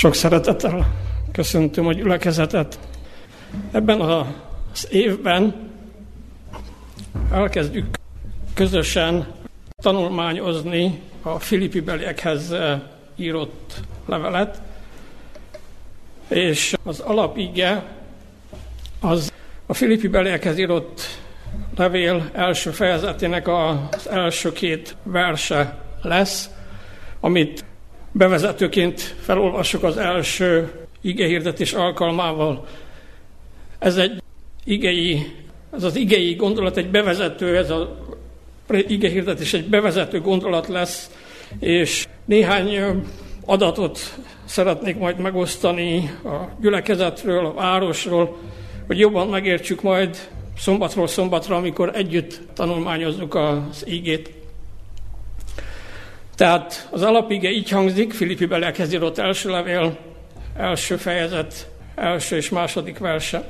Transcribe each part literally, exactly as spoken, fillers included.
Sok szeretettel köszöntöm a gyülekezetet. Ebben az évben elkezdjük közösen tanulmányozni a Filipi-beliekhez írott levelet, és az alapige az a Filipi-beliekhez írott levél első fejezetének az első két verse lesz, amit bevezetőként felolvassuk az első igehirdetés alkalmával. Ez egy igei, ez az igei gondolat egy bevezető, ez az igehirdetés egy bevezető gondolat lesz, és néhány adatot szeretnék majd megosztani a gyülekezetről, a városról, hogy jobban megértsük majd szombatról szombatra, amikor együtt tanulmányozzuk az igét. Tehát az alapige így hangzik, Filipi-beliekhez írott első levél, első fejezet, első és második verse.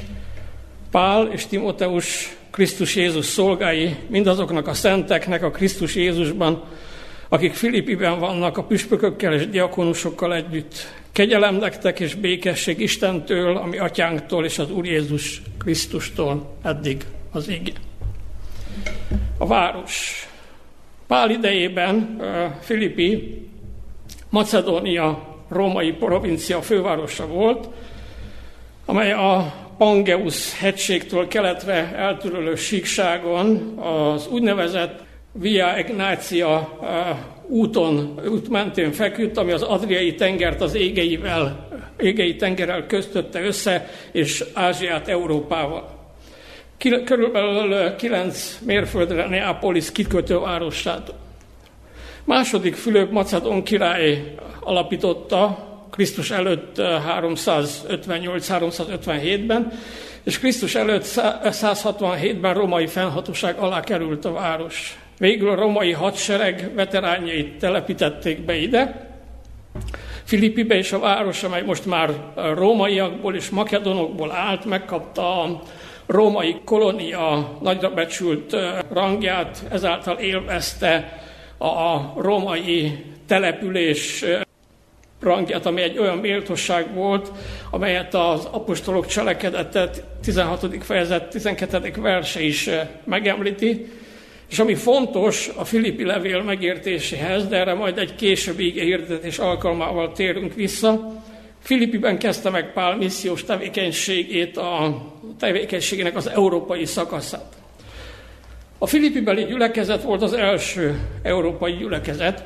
Pál és Timóteus, Krisztus Jézus szolgái, mindazoknak a szenteknek a Krisztus Jézusban, akik Filippiben vannak a püspökökkel és diakonusokkal együtt. Kegyelem nektek és békesség Istentől, ami atyánktól és az Úr Jézus Krisztustól eddig az ige. A város. Pál idejében Filippi Macedónia római provincia fővárosa volt, amely a Pangeusz hegységtől keletre eltörölő síkságon az úgynevezett Via Egnatia úton, út mentén feküdt, ami az Adriai tengert az égeivel, égei tengerrel köztötte össze, és Ázsiát Európával. Körülbelül kilenc mérföldre Neapolis kikötővárosát. Második Fülöp macedón király alapította Krisztus előtt háromszázötvennyolc háromszázötvenhétben, és Krisztus előtt száz hatvanhétben római fennhatóság alá került a város. Végül a római hadsereg veteránjait telepítették be ide. Filippibe és a város, amely most már rómaiakból és makedonokból állt, megkapta a római kolónia nagyra becsült rangját, ezáltal élvezte a római település rangját, ami egy olyan méltóság volt, amelyet az apostolok cselekedete tizenhatodik fejezet tizenkettedik verse is megemlíti, és ami fontos a Filippi levél megértéséhez, de erre majd egy későbbi igehirdetés alkalmával térünk vissza. Filippiben kezdte meg Pál missziós tevékenységét, a tevékenységének az európai szakaszát. A Filippibeli gyülekezet volt az első európai gyülekezet,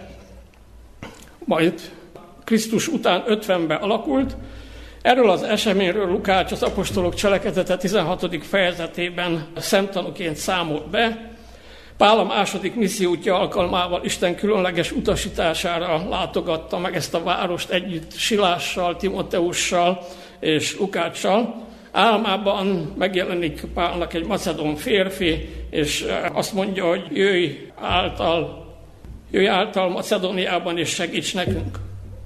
majd Krisztus után ötvenben alakult. Erről az eseményről Lukács az apostolok cselekedete tizenhatodik fejezetében szemtanúként számolt be. Pál a második missziótja alkalmával Isten különleges utasítására látogatta meg ezt a várost együtt Silással, Timóteussal és Lukáccsal. Álmában megjelenik Pálnak egy macedón férfi, és azt mondja, hogy jöjj által, jöjj által Macedóniában és segíts nekünk.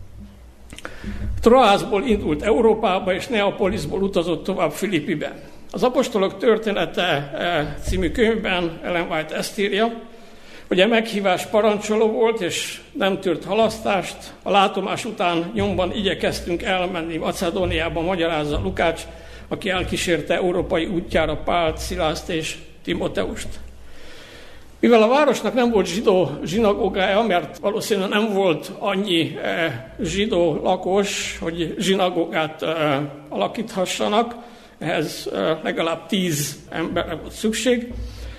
Troászból indult Európába, és Neapolisból utazott tovább Filippibe. Az apostolok története című könyvben Ellen White ezt írja, hogy a meghívás parancsoló volt, és nem tűrt halasztást. A látomás után nyomban igyekeztünk elmenni Macedóniába, magyarázza Lukács, aki elkísérte európai útjára Pált, Szilászt és Timóteust. Mivel a városnak nem volt zsidó zsinagógája, mert valószínűleg nem volt annyi zsidó lakos, hogy zsinagógát alakíthassanak, ehhez legalább tíz emberre volt szükség.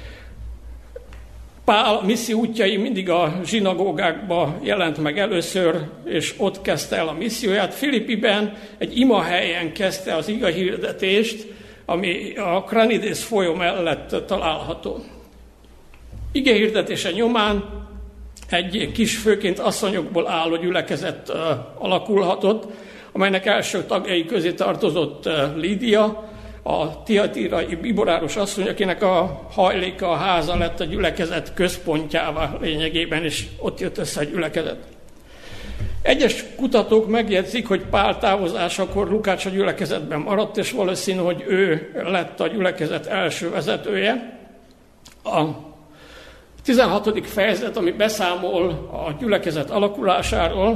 Pál a misszió útjai mindig a zsinagógákba jelent meg először, és ott kezdte el a misszióját. Filippiben egy imahelyen kezdte az igehirdetést, ami a Kranidész folyó mellett található. Igehirdetése nyomán egy kis főként asszonyokból álló gyülekezet alakulhatott, amelynek első tagjai közé tartozott Lídia, a tiatírai biboráros asszony, akinek a hajléka, a háza lett a gyülekezet központjává lényegében, és ott jött össze a gyülekezet. Egyes kutatók megjegyzik, hogy Pál távozásakor Lukács a gyülekezetben maradt, és valószínű, hogy ő lett a gyülekezet első vezetője. A tizenhatodik fejezet, ami beszámol a gyülekezet alakulásáról,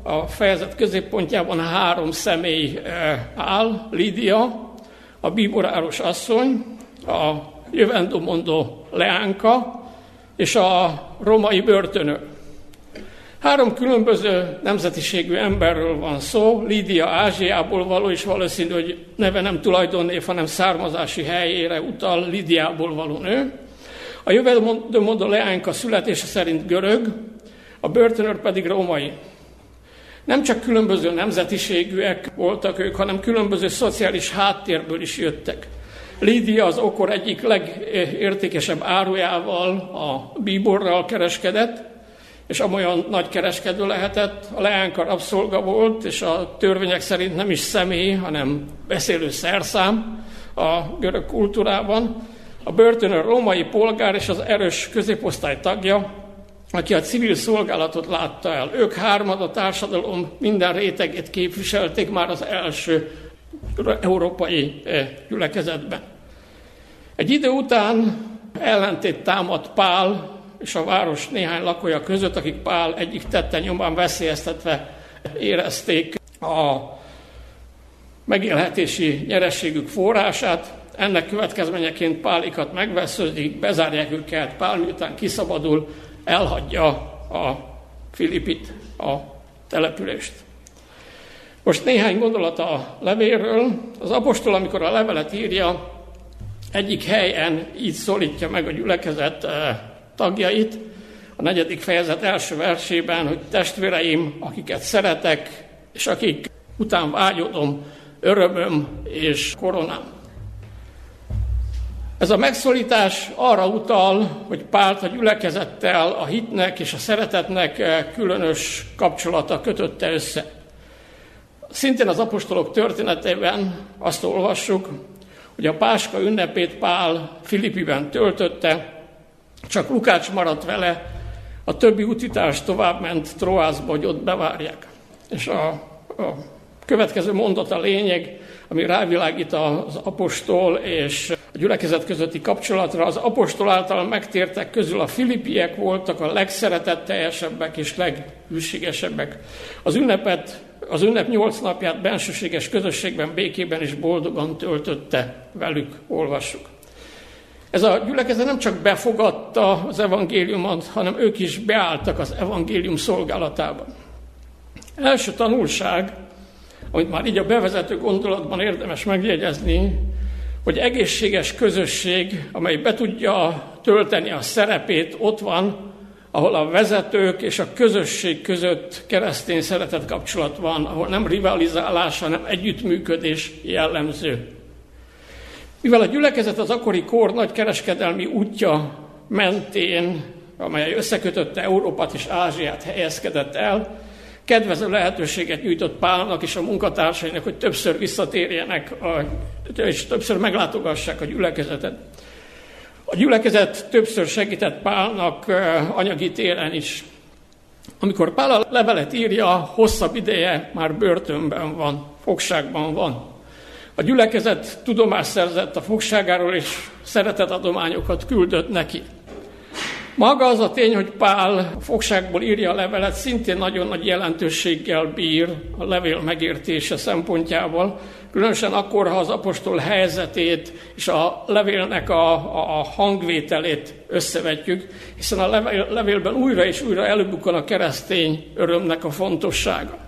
a fejezet középpontjában három személy áll: Lídia, a bíboráros asszony, a jövendőmondó leánka és a római börtönőr. Három különböző nemzetiségű emberről van szó. Lídia Ázsiából való, és valószínű, hogy neve nem tulajdonnév, hanem származási helyére utal, Lídiából való nő. A jövendőmondó leánka születése szerint görög, a börtönőr pedig római. Nem csak különböző nemzetiségűek voltak ők, hanem különböző szociális háttérből is jöttek. Lídia az ókor egyik legértékesebb árujával, a bíborral kereskedett, és amolyan nagy kereskedő lehetett. A leánka rabszolga volt, és a törvények szerint nem is személy, hanem beszélő szerszám a görög kultúrában. A börtönőr római polgár és az erős középosztály tagja, aki a civil szolgálatot látta el. Ők hármad a társadalom minden rétegét képviselték már az első európai gyülekezetben. Egy idő után ellentét támadt Pál és a város néhány lakója között, akik Pál egyik tette nyomán veszélyeztetve érezték a megélhetési nyerességük forrását. Ennek következményeként Pálikat megvesződik, bezárják őket. Pál miután kiszabadul, elhagyja a Filippit, a települést. Most néhány gondolat a levélről. Az apostol, amikor a levelet írja, egyik helyen így szólítja meg a gyülekezet tagjait, a negyedik fejezet első versében, hogy testvéreim, akiket szeretek, és akik után vágyodom, örömöm és koronám. Ez a megszólítás arra utal, hogy Pált a gyülekezettel, a hitnek és a szeretetnek különös kapcsolata kötötte össze. Szintén az apostolok történetében azt olvassuk, hogy a Páska ünnepét Pál Filippiben töltötte, csak Lukács maradt vele, a többi utitárs továbbment Troászba, hogy ott bevárják. És a, a következő mondat a lényeg, ami rávilágít az apostol és a gyülekezet közötti kapcsolatra. Az apostol által megtértek közül a filippiek voltak a legszeretetteljesebbek és leghűségesebbek. Az ünnepet, az ünnep nyolc napját bensőséges közösségben, békében és boldogan töltötte velük, olvassuk. Ez a gyülekezet nem csak befogadta az evangéliumot, hanem ők is beálltak az evangélium szolgálatában. Első tanulság, amit már így a bevezető gondolatban érdemes megjegyezni, hogy egészséges közösség, amely be tudja tölteni a szerepét, ott van, ahol a vezetők és a közösség között keresztény szeretet kapcsolat van, ahol nem rivalizálás, hanem együttműködés jellemző. Mivel a gyülekezet az akkori kor nagy kereskedelmi útja mentén, amely összekötötte Európát és Ázsiát helyezkedett el, kedvező lehetőséget nyújtott Pálnak és a munkatársainak, hogy többször visszatérjenek, a, és többször meglátogassák a gyülekezetet. A gyülekezet többször segített Pálnak anyagi téren is. Amikor Pál a levelet írja, hosszabb ideje már börtönben van, fogságban van. A gyülekezet tudomást szerzett a fogságáról, és szeretetadományokat küldött neki. Maga az a tény, hogy Pál fogságból írja a levelet, szintén nagyon nagy jelentőséggel bír a levél megértése szempontjából, különösen akkor, ha az apostol helyzetét és a levélnek a, a, a hangvételét összevetjük, hiszen a levél, levélben újra és újra előbukkan a keresztény örömnek a fontossága.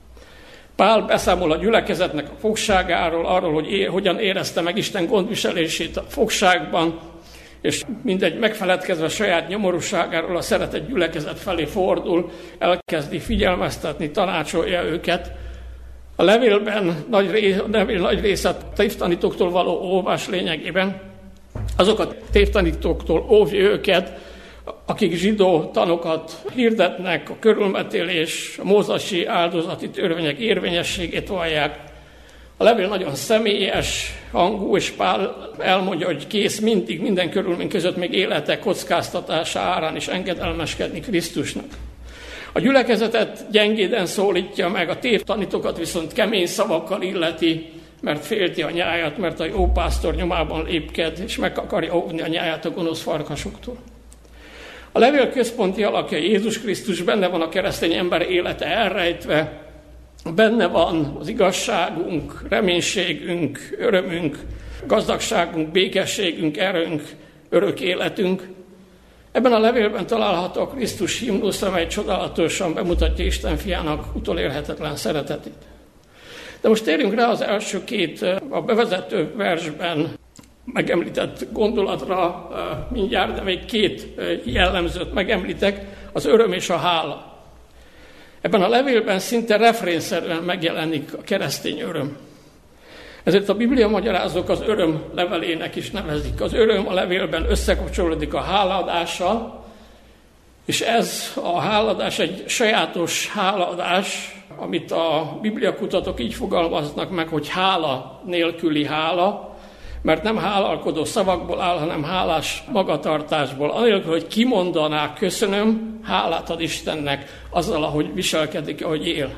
Pál beszámol a gyülekezetnek a fogságáról, arról, hogy é, hogyan érezte meg Isten gondviselését a fogságban, és mindegy megfeledkezve saját nyomorúságáról a szeretett gyülekezet felé fordul, elkezdi figyelmeztetni, tanácsolja őket. A levélben nagy, rész, a levél nagy része a tévtanítóktól való óvás lényegében. Azok a tévtanítóktól óvja őket, akik zsidó tanokat hirdetnek, a körülmetélés, a mózesi áldozati törvények érvényességét vallják. A levél nagyon személyes hangú, és Pál elmondja, hogy kész mindig, minden körülmény között még élete kockáztatása árán is engedelmeskedni Krisztusnak. A gyülekezetet gyengéden szólítja meg, a tévtanítókat viszont kemény szavakkal illeti, mert félti a nyáját, mert a jó pásztor nyomában lépked, és meg akarja óvni a nyáját a gonosz farkasoktól. A levél központi alakja Jézus Krisztus, benne van a keresztény ember élete elrejtve, benne van az igazságunk, reménységünk, örömünk, gazdagságunk, békességünk, erőnk, örök életünk. Ebben a levélben található a Krisztus himnusz, amely csodálatosan bemutatja Isten fiának utolérhetetlen szeretetét. De most térjünk rá az első két, a bevezető versben megemlített gondolatra mindjárt, de még két jellemzőt megemlítek, az öröm és a hála. Ebben a levélben szinte refrénszerűen megjelenik a keresztény öröm. Ezért a Biblia magyarázók az öröm levelének is nevezik. Az öröm a levélben összekapcsolódik a hálaadással, és ez a hálaadás egy sajátos hálaadás, amit a bibliakutatók így fogalmaznak meg, hogy hála nélküli hála, mert nem hálalkodó szavakból áll, hanem hálás magatartásból. Anélkül, hogy kimondaná, köszönöm, hálát ad Istennek azzal, ahogy viselkedik, ahogy él.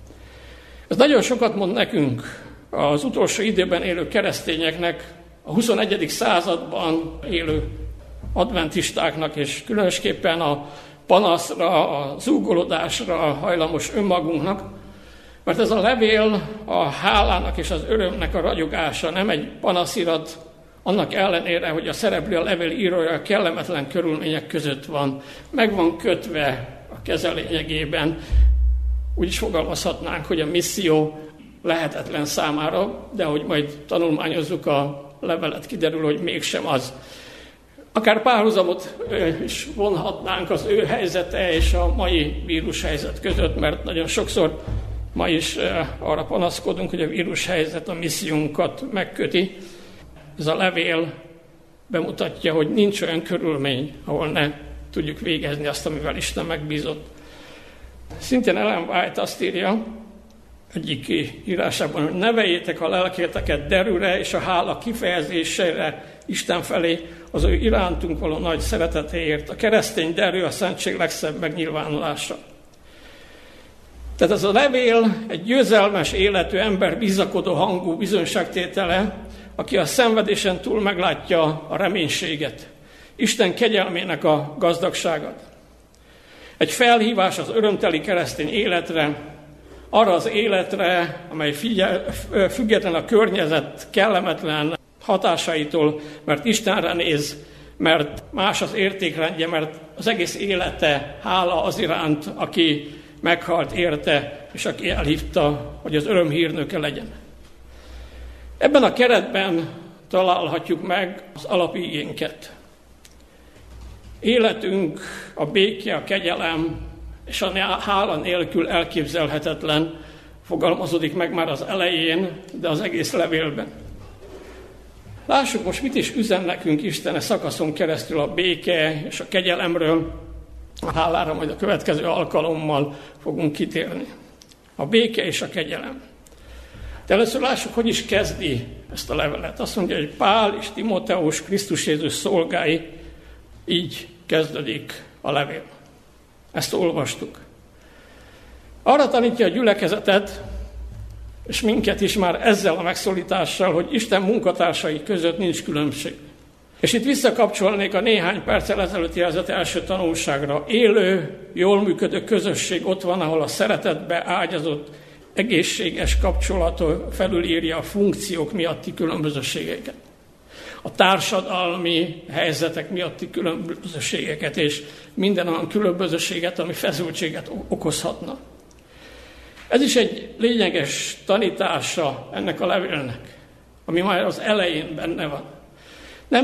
Ez nagyon sokat mond nekünk, az utolsó időben élő keresztényeknek, a huszonegyedik században élő adventistáknak, és különösképpen a panaszra, a zúgolódásra hajlamos önmagunknak, mert ez a levél a hálának és az örömnek a ragyogása, nem egy panaszirat, annak ellenére, hogy a szereplő, a levél írója kellemetlen körülmények között van, meg van kötve a keze lényegében. Úgy is fogalmazhatnánk, hogy a misszió lehetetlen számára, de hogy majd tanulmányozzuk a levelet, kiderül, hogy mégsem az. Akár párhuzamot is vonhatnánk az ő helyzete és a mai vírushelyzet között, mert nagyon sokszor ma is arra panaszkodunk, hogy a vírushelyzet a missziunkat megköti. Ez a levél bemutatja, hogy nincs olyan körülmény, ahol ne tudjuk végezni azt, amivel Isten megbízott. Szintén Ellen White azt írja egyik írásában, hogy neveljétek a lelkéteket derűre és a hála kifejezésére Isten felé az ő irántunk való nagy szeretetéért. A keresztény derű a szentség legszebb megnyilvánulása. Tehát ez a levél egy győzelmes életű ember bizakodó hangú bizonyságtétele, aki a szenvedésen túl meglátja a reménységet, Isten kegyelmének a gazdagságát. Egy felhívás az örömteli keresztény életre, arra az életre, amely figyel, független a környezet kellemetlen hatásaitól, mert Istenre néz, mert más az értékrendje, mert az egész élete hála az iránt, aki meghalt érte, és aki elhívta, hogy az öröm hírnöke legyen. Ebben a keretben találhatjuk meg az alapigénket. Életünk, a béke, a kegyelem és a hála nélkül elképzelhetetlen, fogalmazódik meg már az elején, de az egész levélben. Lássuk most, mit is üzen nekünk Isten a szakaszon keresztül a béke és a kegyelemről. A hálára majd a következő alkalommal fogunk kitérni. A béke és a kegyelem. De először lássuk, hogy is kezdi ezt a levelet. Azt mondja, hogy Pál és Timóteus, Krisztus Jézus szolgái, így kezdődik a levél. Ezt olvastuk. Arra tanítja a gyülekezetet, és minket is már ezzel a megszólítással, hogy Isten munkatársai között nincs különbség. És itt visszakapcsolnék a néhány perccel ezelőtt jelzett első tanulságra. Élő, jól működő közösség ott van, ahol a szeretetbe ágyazott, egészséges kapcsolat felülírja a funkciók miatti különbözőségeket. A társadalmi helyzetek miatti különbözőségeket, és minden olyan különbözőséget, ami feszültséget okozhatna. Ez is egy lényeges tanítása ennek a levélnek, ami már az elején benne van. Nem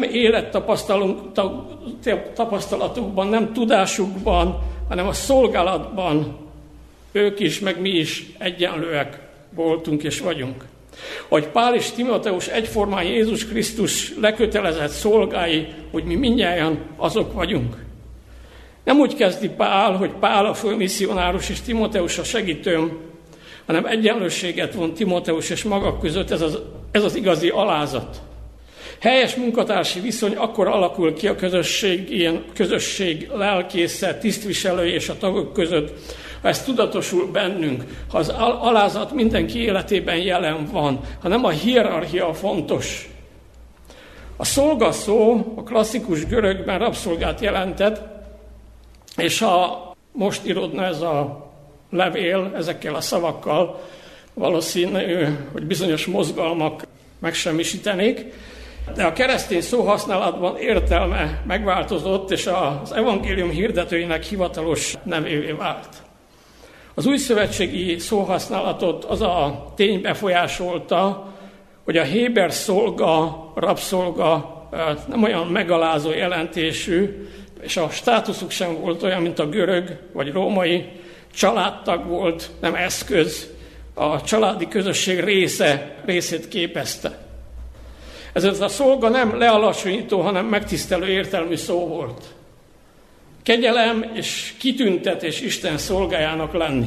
élettapasztalatukban, nem tudásukban, hanem a szolgálatban ők is, meg mi is egyenlőek voltunk és vagyunk. Hogy Pál és Timóteus egyformán Jézus Krisztus lekötelezett szolgái, hogy mi mindnyájan azok vagyunk. Nem úgy kezdi Pál, hogy Pál a főmisszionárus és Timóteus a segítőm, hanem egyenlőséget von Timóteus és maga között, ez az, ez az igazi alázat. Helyes munkatársi viszony akkor alakul ki a közösség, ilyen közösség lelkésze, tisztviselői és a tagok között, ha ez tudatosul bennünk, ha az alázat mindenki életében jelen van, ha nem a hierarchia fontos. A szolga szó a klasszikus görögben rabszolgát jelentett, És ha most íródna ez a levél ezekkel a szavakkal, valószínű, hogy bizonyos mozgalmak megsemmisítenék, de a keresztény szóhasználatban értelme megváltozott, és az evangélium hirdetőinek hivatalos nevévé vált. Az újszövetségi szóhasználatot az a tény befolyásolta, hogy a héber szolga, rabszolga nem olyan megalázó jelentésű, és a státuszuk sem volt olyan, mint a görög vagy római, családtag volt, nem eszköz, a családi közösség része, részét képezte. Ezért a szolga nem lealacsonyító, hanem megtisztelő értelmű szó volt. Kegyelem és kitüntetés Isten szolgájának lenni.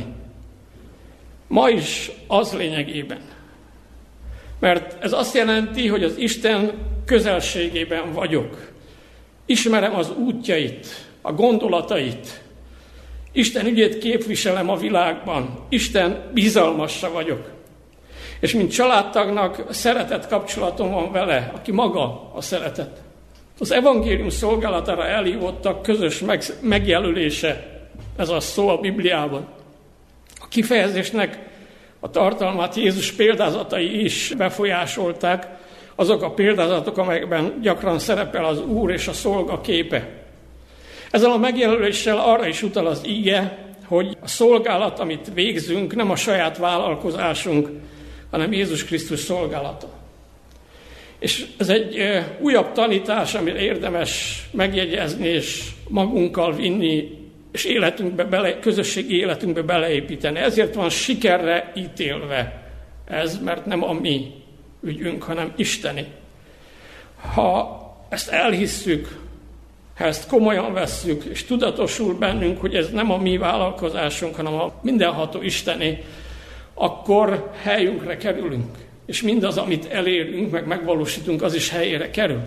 Ma is az lényegében. Mert ez azt jelenti, hogy az Isten közelségében vagyok. Ismerem az útjait, a gondolatait. Isten ügyét képviselem a világban. Isten bizalmassa vagyok. És mint családtagnak szeretett kapcsolatom van vele, aki maga a szeretet. Az evangélium szolgálatára elhívottak közös megjelölése, ez a szó a Bibliában. A kifejezésnek a tartalmát Jézus példázatai is befolyásolták, azok a példázatok, amelyekben gyakran szerepel az Úr és a szolga képe. Ezzel a megjelöléssel arra is utal az ige, hogy a szolgálat, amit végzünk, nem a saját vállalkozásunk, hanem Jézus Krisztus szolgálata. És ez egy újabb tanítás, amire érdemes megjegyezni és magunkkal vinni, és életünkbe bele, közösségi életünkbe beleépíteni. Ezért van sikerre ítélve ez, mert nem a mi ügyünk, hanem Isteni. Ha ezt elhisszük, ha ezt komolyan vesszük, és tudatosul bennünk, hogy ez nem a mi vállalkozásunk, hanem a mindenható Isteni, akkor helyünkre kerülünk. És mindaz, amit elérünk, meg megvalósítunk, az is helyére kerül.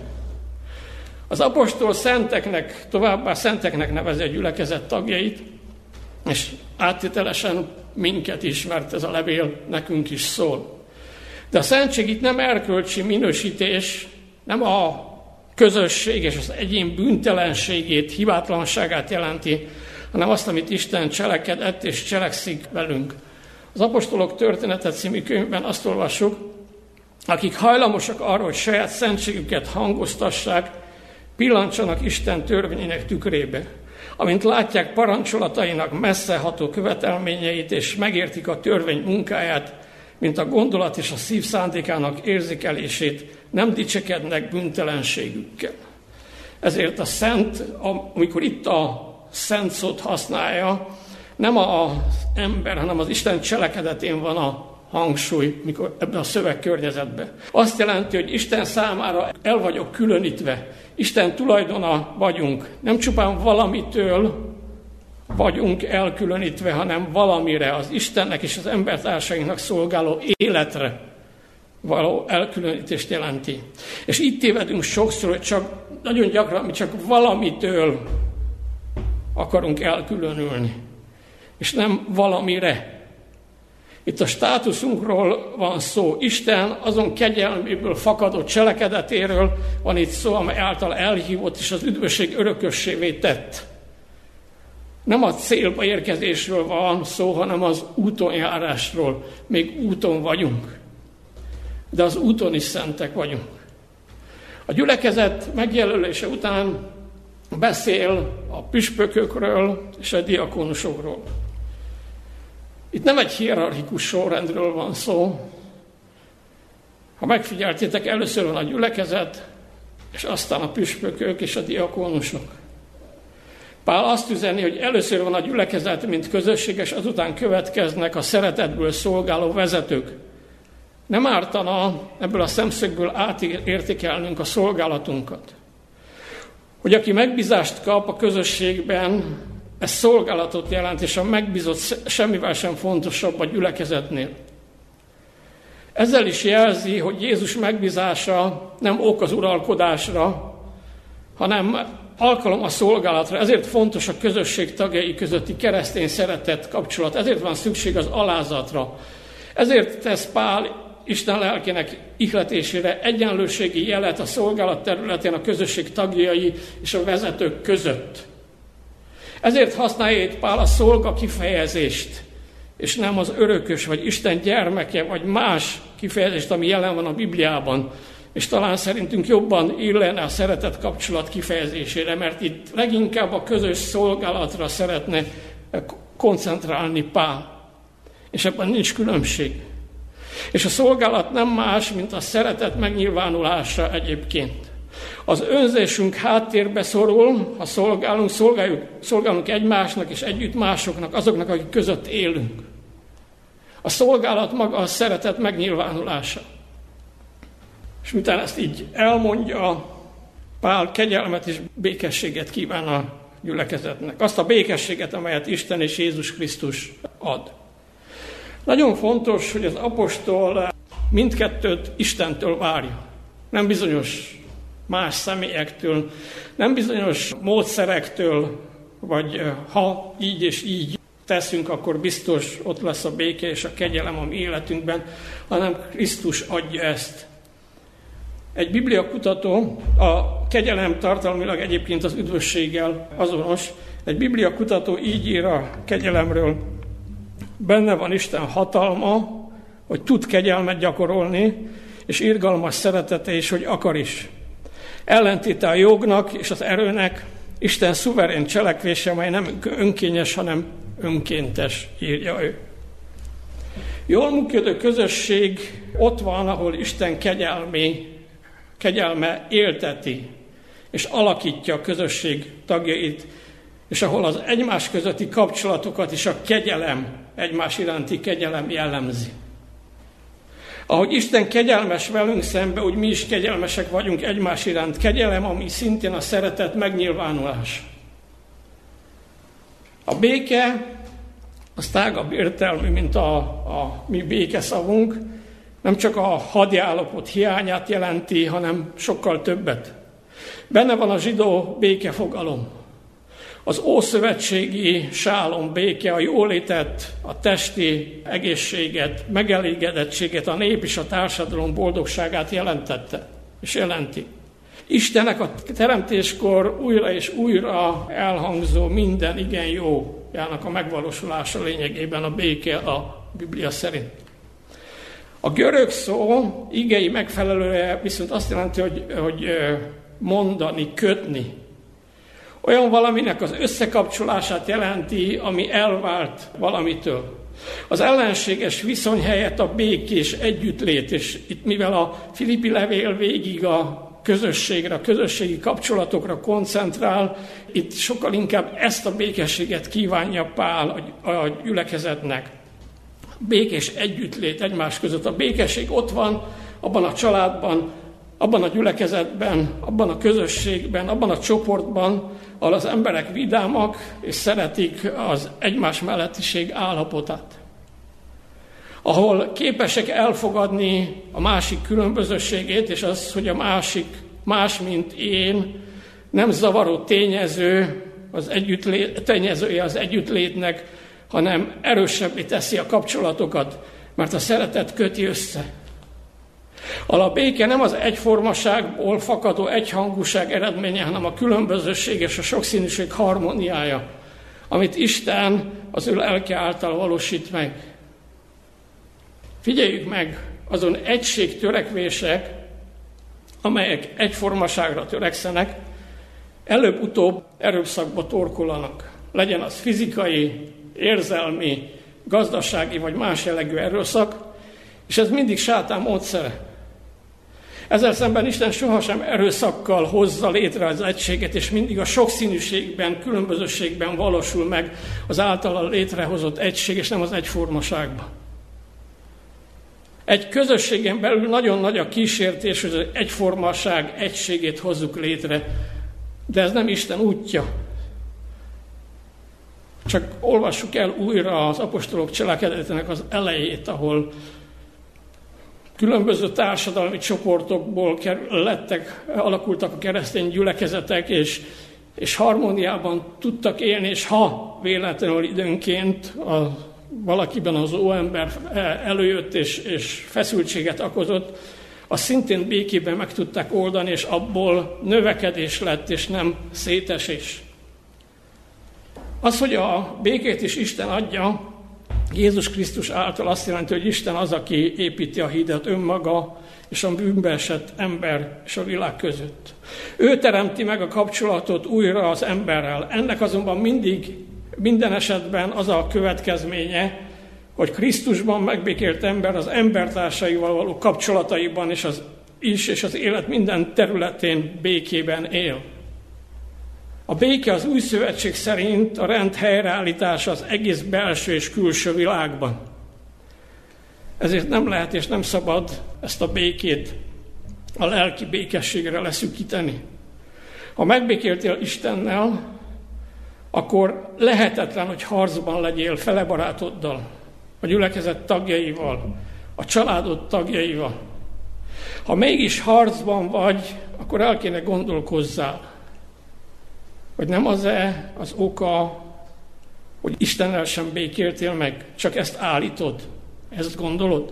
Az apostol szenteknek, továbbá szenteknek nevezi a gyülekezet tagjait, és áttételesen minket is, mert ez a levél nekünk is szól. De a szentség itt nem erkölcsi minősítés, nem a közösség és az egyén bűntelenségét, hibátlanságát jelenti, hanem azt, amit Isten cselekedett és cselekszik velünk. Az Apostolok története című könyvben azt olvassuk, akik hajlamosak arra, hogy saját szentségüket hangoztassák, pillantsanak Isten törvényének tükrébe. Amint látják parancsolatainak messzeható követelményeit, és megértik a törvény munkáját, mint a gondolat és a szív szándékának érzékelését, nem dicsekednek bűntelenségükkel. Ezért a szent, amikor itt a szent szót használja, nem az ember, hanem az Isten cselekedetén van a hangsúly, mikor ebben a szövegkörnyezetben. Azt jelenti, hogy Isten számára el vagyok különítve. Isten tulajdona vagyunk. Nem csupán valamitől vagyunk elkülönítve, hanem valamire, az Istennek és az embertársainknak szolgáló életre való elkülönítést jelenti. És itt tévedünk sokszor, hogy csak, nagyon gyakran mi csak valamitől akarunk elkülönülni, és nem valamire. Itt a státuszunkról van szó. Isten azon kegyelméből fakadó cselekedetéről van itt szó, amely által elhívott és az üdvösség örökössévé tett. Nem a célba érkezésről van szó, hanem az úton járásról. Még úton vagyunk. De az úton is szentek vagyunk. A gyülekezet megjelölése után beszél a püspökökről és a diakonusokról. Itt nem egy hierarchikus sorrendről van szó. Ha megfigyeltétek, először van a gyülekezet, és aztán a püspökök és a diakonusok. Pál azt üzeni, hogy először van a gyülekezet, mint közösség, és azután következnek a szeretetből szolgáló vezetők. Nem ártana ebből a szemszögből átértékelnünk a szolgálatunkat. Hogy aki megbízást kap a közösségben, ez szolgálatot jelent, és a megbízott semmivel sem fontosabb a gyülekezetnél. Ezzel is jelzi, hogy Jézus megbízása nem ok az uralkodásra, hanem alkalom a szolgálatra. Ezért fontos a közösség tagjai közötti keresztény szeretet kapcsolat. Ezért van szükség az alázatra. Ezért tesz Pál Isten lelkének ihletésére egyenlőségi jelet a szolgálat területén a közösség tagjai és a vezetők között. Ezért használja itt Pál a szolga kifejezést, és nem az örökös, vagy Isten gyermeke, vagy más kifejezést, ami jelen van a Bibliában, és talán szerintünk jobban illene a szeretet kapcsolat kifejezésére, mert itt leginkább a közös szolgálatra szeretne koncentrálni Pál. És ebben nincs különbség. És a szolgálat nem más, mint a szeretet megnyilvánulása egyébként. Az önzésünk háttérbe szorul, ha szolgálunk, szolgáljuk, szolgálunk egymásnak és együtt másoknak, azoknak, akik között élünk. A szolgálat maga a szeretet megnyilvánulása. És miután ezt így elmondja, Pál kegyelmet és békességet kíván a gyülekezetnek. Azt a békességet, amelyet Isten és Jézus Krisztus ad. Nagyon fontos, hogy az apostol mindkettőt Istentől várja. Nem bizonyos más személyektől, nem bizonyos módszerektől, vagy ha így és így teszünk, akkor biztos ott lesz a béke és a kegyelem a mi életünkben, hanem Krisztus adja ezt. Egy bibliakutató, a kegyelem tartalmilag egyébként az üdvösséggel azonos, egy bibliakutató így ír a kegyelemről: benne van Isten hatalma, hogy tud kegyelmet gyakorolni, és irgalmas szeretete is, hogy akar is. Ellentéte a jognak és az erőnek, Isten szuverén cselekvése, amely nem önkényes, hanem önkéntes, írja ő. Jól működő közösség ott van, ahol Isten kegyelmi, kegyelme élteti és alakítja a közösség tagjait, és ahol az egymás közötti kapcsolatokat is a kegyelem, egymás iránti kegyelem jellemzi. Ahogy Isten kegyelmes velünk szembe, úgy mi is kegyelmesek vagyunk egymás iránt. Kegyelem, ami szintén a szeretet megnyilvánulás. A béke az tágabb értelmű, mint a, a mi békeszavunk. Nem csak a hadjállapot hiányát jelenti, hanem sokkal többet. Benne van a zsidó békefogalom. Az ószövetségi sálom béke, a jólétet, a testi egészséget, megelégedettséget, a nép és a társadalom boldogságát jelentette, és jelenti. Istennek a teremtéskor újra és újra elhangzó minden igen jójának a megvalósulása lényegében a béke a Biblia szerint. A görög szó igei megfelelője viszont azt jelenti, hogy, hogy mondani, kötni. Olyan valaminek az összekapcsolását jelenti, ami elvált valamitől. Az ellenséges viszony helyett a békés együttlét, és itt mivel a Filippi levél végig a közösségre, a közösségi kapcsolatokra koncentrál, itt sokkal inkább ezt a békességet kívánja Pál a gyülekezetnek. Békés együttlét egymás között. A békesség ott van, abban a családban, abban a gyülekezetben, abban a közösségben, abban a csoportban, ahol az emberek vidámak és szeretik az egymás mellettiség állapotát. Ahol képesek elfogadni a másik különbözőségét, és az, hogy a másik más, mint én, nem zavaró tényező, az együttlét, tényezője az együttlétnek, hanem erősebbé teszi a kapcsolatokat, mert a szeretet köti össze. A béke nem az egyformaságból fakadó egyhangúság eredménye, hanem a különbözőség és a sokszínűség harmóniája, amit Isten az ő lelke által valósít meg. Figyeljük meg azon egység törekvések, amelyek egyformaságra törekszenek, előbb-utóbb erőszakba torkolanak. Legyen az fizikai, érzelmi, gazdasági vagy más jellegű erőszak, és ez mindig sátán módszere. Ezzel szemben Isten sohasem erőszakkal hozza létre az egységet, és mindig a sokszínűségben, különbözőségben valósul meg az általa létrehozott egység, és nem az egyformaságban. Egy közösségen belül nagyon nagy a kísértés, hogy az egyformaság egységét hozzuk létre, de ez nem Isten útja. Csak olvassuk el újra az apostolok cselekedetének az elejét, ahol különböző társadalmi csoportokból lettek, alakultak a keresztény gyülekezetek, és, és harmóniában tudtak élni, és ha véletlenül időnként a, valakiben az óember előjött, és, és feszültséget okozott, azt szintén békében meg tudták oldani, és abból növekedés lett, és nem szétesés. Az, hogy a békét is Isten adja, Jézus Krisztus által azt jelenti, hogy Isten az, aki építi a hidat önmaga és a bűnbe esett ember és a világ között. Ő teremti meg a kapcsolatot újra az emberrel. Ennek azonban mindig, minden esetben az a következménye, hogy Krisztusban megbékélt ember az embertársaival való kapcsolataiban és az, is és az élet minden területén békében él. A béke az új szövetség szerint a rend helyreállítása az egész belső és külső világban. Ezért nem lehet és nem szabad ezt a békét a lelki békességre leszűkíteni. Ha megbékéltél Istennel, akkor lehetetlen, hogy harcban legyél fele barátoddal, a gyülekezet tagjaival, a családod tagjaival. Ha mégis harcban vagy, akkor el kéne gondolkozzál, hogy nem az-e az oka, hogy Istennel sem békéltél meg, csak ezt állítod, ezt gondolod.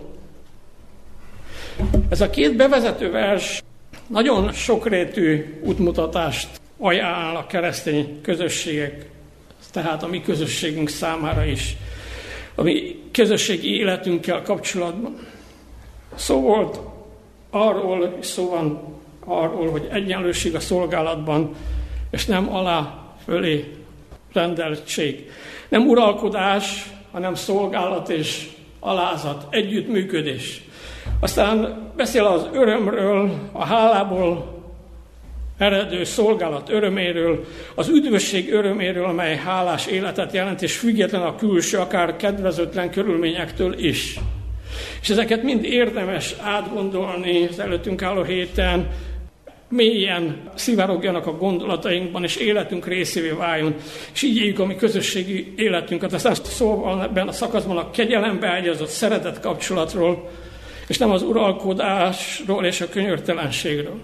Ez a két bevezető vers nagyon sokrétű útmutatást ajánl a keresztény közösségek, tehát a mi közösségünk számára is, a mi közösségi életünkkel kapcsolatban. Szó volt arról, és szó van arról, hogy egyenlőség a szolgálatban, és nem alá fölé rendeltség. Nem uralkodás, hanem szolgálat és alázat, együttműködés. Aztán beszél az örömről, a hálából eredő szolgálat öröméről, az üdvösség öröméről, amely hálás életet jelent, és független a külső, akár kedvezőtlen körülményektől is. És ezeket mind érdemes átgondolni az előttünk álló héten, mélyen szivárogjanak a gondolatainkban, és életünk részévé váljon, és így éljük a mi közösségi életünket. Aztán szó van ebben a szakaszban a kegyelembe ágyazott szeretet kapcsolatról, és nem az uralkodásról és a könyörtelenségről.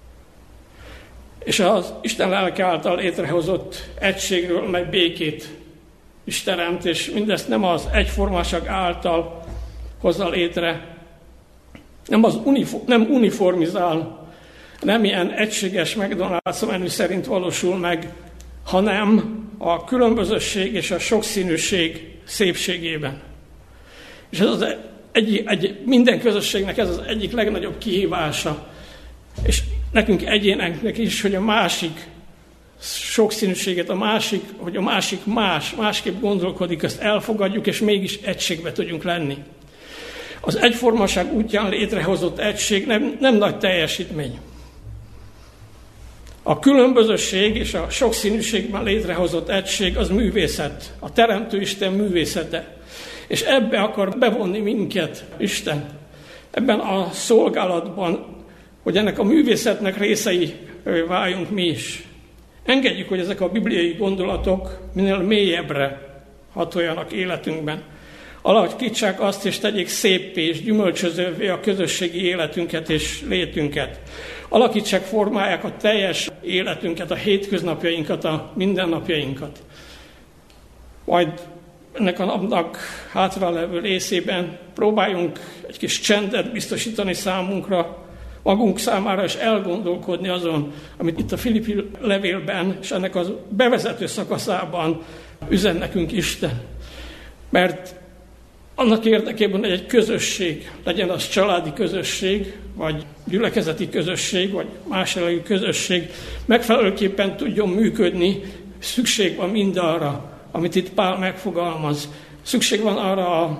És az Isten lelke által létrehozott egységről, mely békét is teremt, és mindezt nem az egyformaság által hozza létre, nem, az uniform, nem uniformizál, nem ilyen egységes McDonald's menü szerint valósul meg, hanem a különbözőség és a sokszínűség szépségében. És ez az egy, egy, minden közösségnek ez az egyik legnagyobb kihívása, és nekünk egyéneknek is, hogy a másik sokszínűséget, a másik, hogy a másik más, másképp gondolkodik, ezt elfogadjuk, és mégis egységbe tudjunk lenni. Az egyformaság útján létrehozott egység nem, nem nagy teljesítmény. A különbözőség és a sokszínűségben létrehozott egység az művészet, a Teremtő Isten művészete. És ebbe akar bevonni minket Isten, ebben a szolgálatban, hogy ennek a művészetnek részei váljunk mi is. Engedjük, hogy ezek a bibliai gondolatok minél mélyebbre hatoljanak életünkben. Alakítsák azt, és tegyék széppé és gyümölcsözővé a közösségi életünket és létünket. Alakítsák, formálják a teljes életünket, a hétköznapjainkat, a mindennapjainkat. Majd ennek a napnak hátralevő részében próbáljunk egy kis csendet biztosítani számunkra, magunk számára, és elgondolkodni azon, amit itt a Filippi levélben és ennek a bevezető szakaszában üzen nekünk Isten. Mert annak érdekében, hogy egy közösség, legyen az családi közösség, vagy gyülekezeti közösség, vagy más jellegű közösség, megfelelőképpen tudjon működni, szükség van mindarra, amit itt Pál megfogalmaz. Szükség van arra az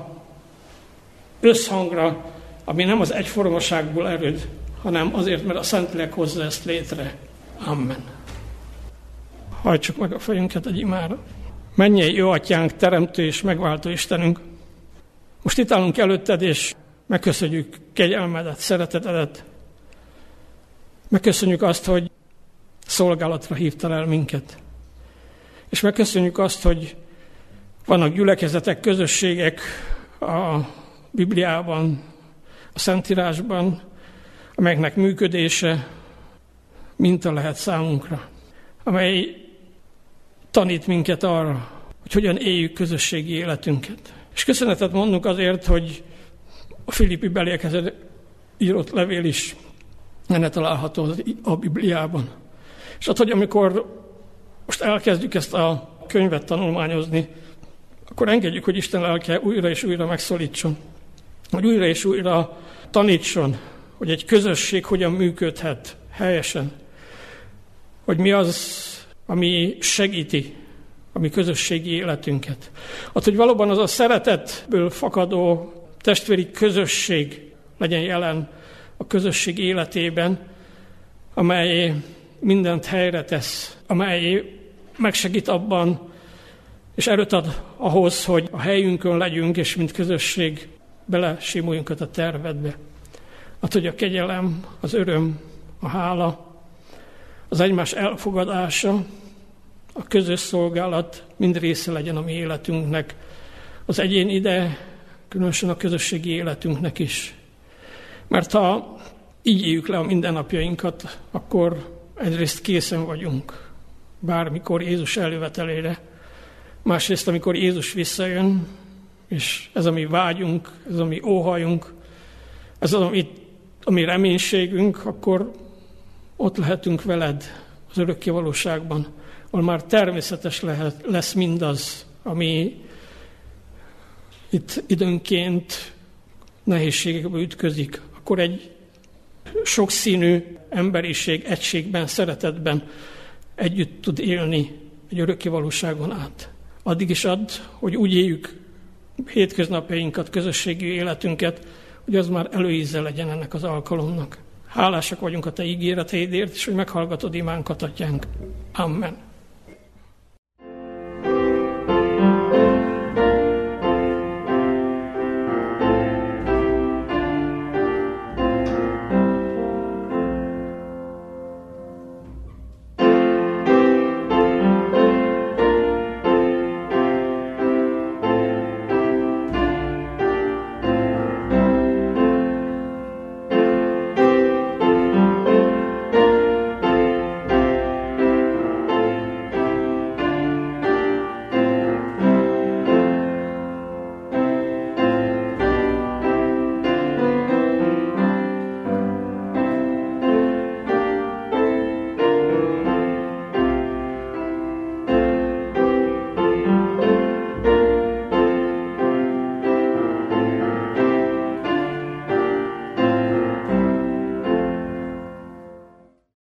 összhangra, ami nem az egyformaságból ered, hanem azért, mert a Szentlélek hozza ezt létre. Amen. Hajtsuk meg a fejünket egy imára. Mennyei jó Atyánk, teremtő és megváltó Istenünk, most itt állunk előtted, és megköszönjük kegyelmedet, szeretetedet. Megköszönjük azt, hogy szolgálatra hívtál el minket. És megköszönjük azt, hogy vannak gyülekezetek, közösségek a Bibliában, a Szentírásban, amelyeknek működése minta lehet számunkra, amely tanít minket arra, hogy hogyan éljük közösségi életünket. És köszönetet mondunk azért, hogy a Filippi beliekhez írott levél is enne található a Bibliában. És hát, hogy amikor most elkezdjük ezt a könyvet tanulmányozni, akkor engedjük, hogy Isten lelke újra és újra megszólítson, hogy újra és újra tanítson, hogy egy közösség hogyan működhet helyesen, hogy mi az, ami segíti a mi közösségi életünket. Hát, hogy valóban az a szeretetből fakadó testvéri közösség legyen jelen a közösség életében, amely mindent helyre tesz, amely megsegít abban, és erőt ad ahhoz, hogy a helyünkön legyünk, és mint közösség belesimuljunk a tervedbe. Hát, hogy a kegyelem, az öröm, a hála, az egymás elfogadása, a közös szolgálat mind része legyen a mi életünknek, az egyén ide, különösen a közösségi életünknek is. Mert ha így éljük le a mindennapjainkat, akkor egyrészt készen vagyunk bármikor Jézus elővetelére, másrészt, amikor Jézus visszajön, és ez a mi vágyunk, ez a mi óhajunk, ez az, ami, a mi reménységünk, akkor ott lehetünk veled az örökké valóságban, ahol már természetes lehet, lesz mindaz, ami itt időnként nehézségekbe ütközik. Akkor egy sokszínű emberiség egységben, szeretetben együtt tud élni egy örökké valóságon át. Addig is ad, hogy úgy éljük hétköznapjainkat, közösségi életünket, hogy az már előíze legyen ennek az alkalomnak. Hálásak vagyunk a te ígéreteidért, és hogy meghallgatod imánkat, atyánk. Amen.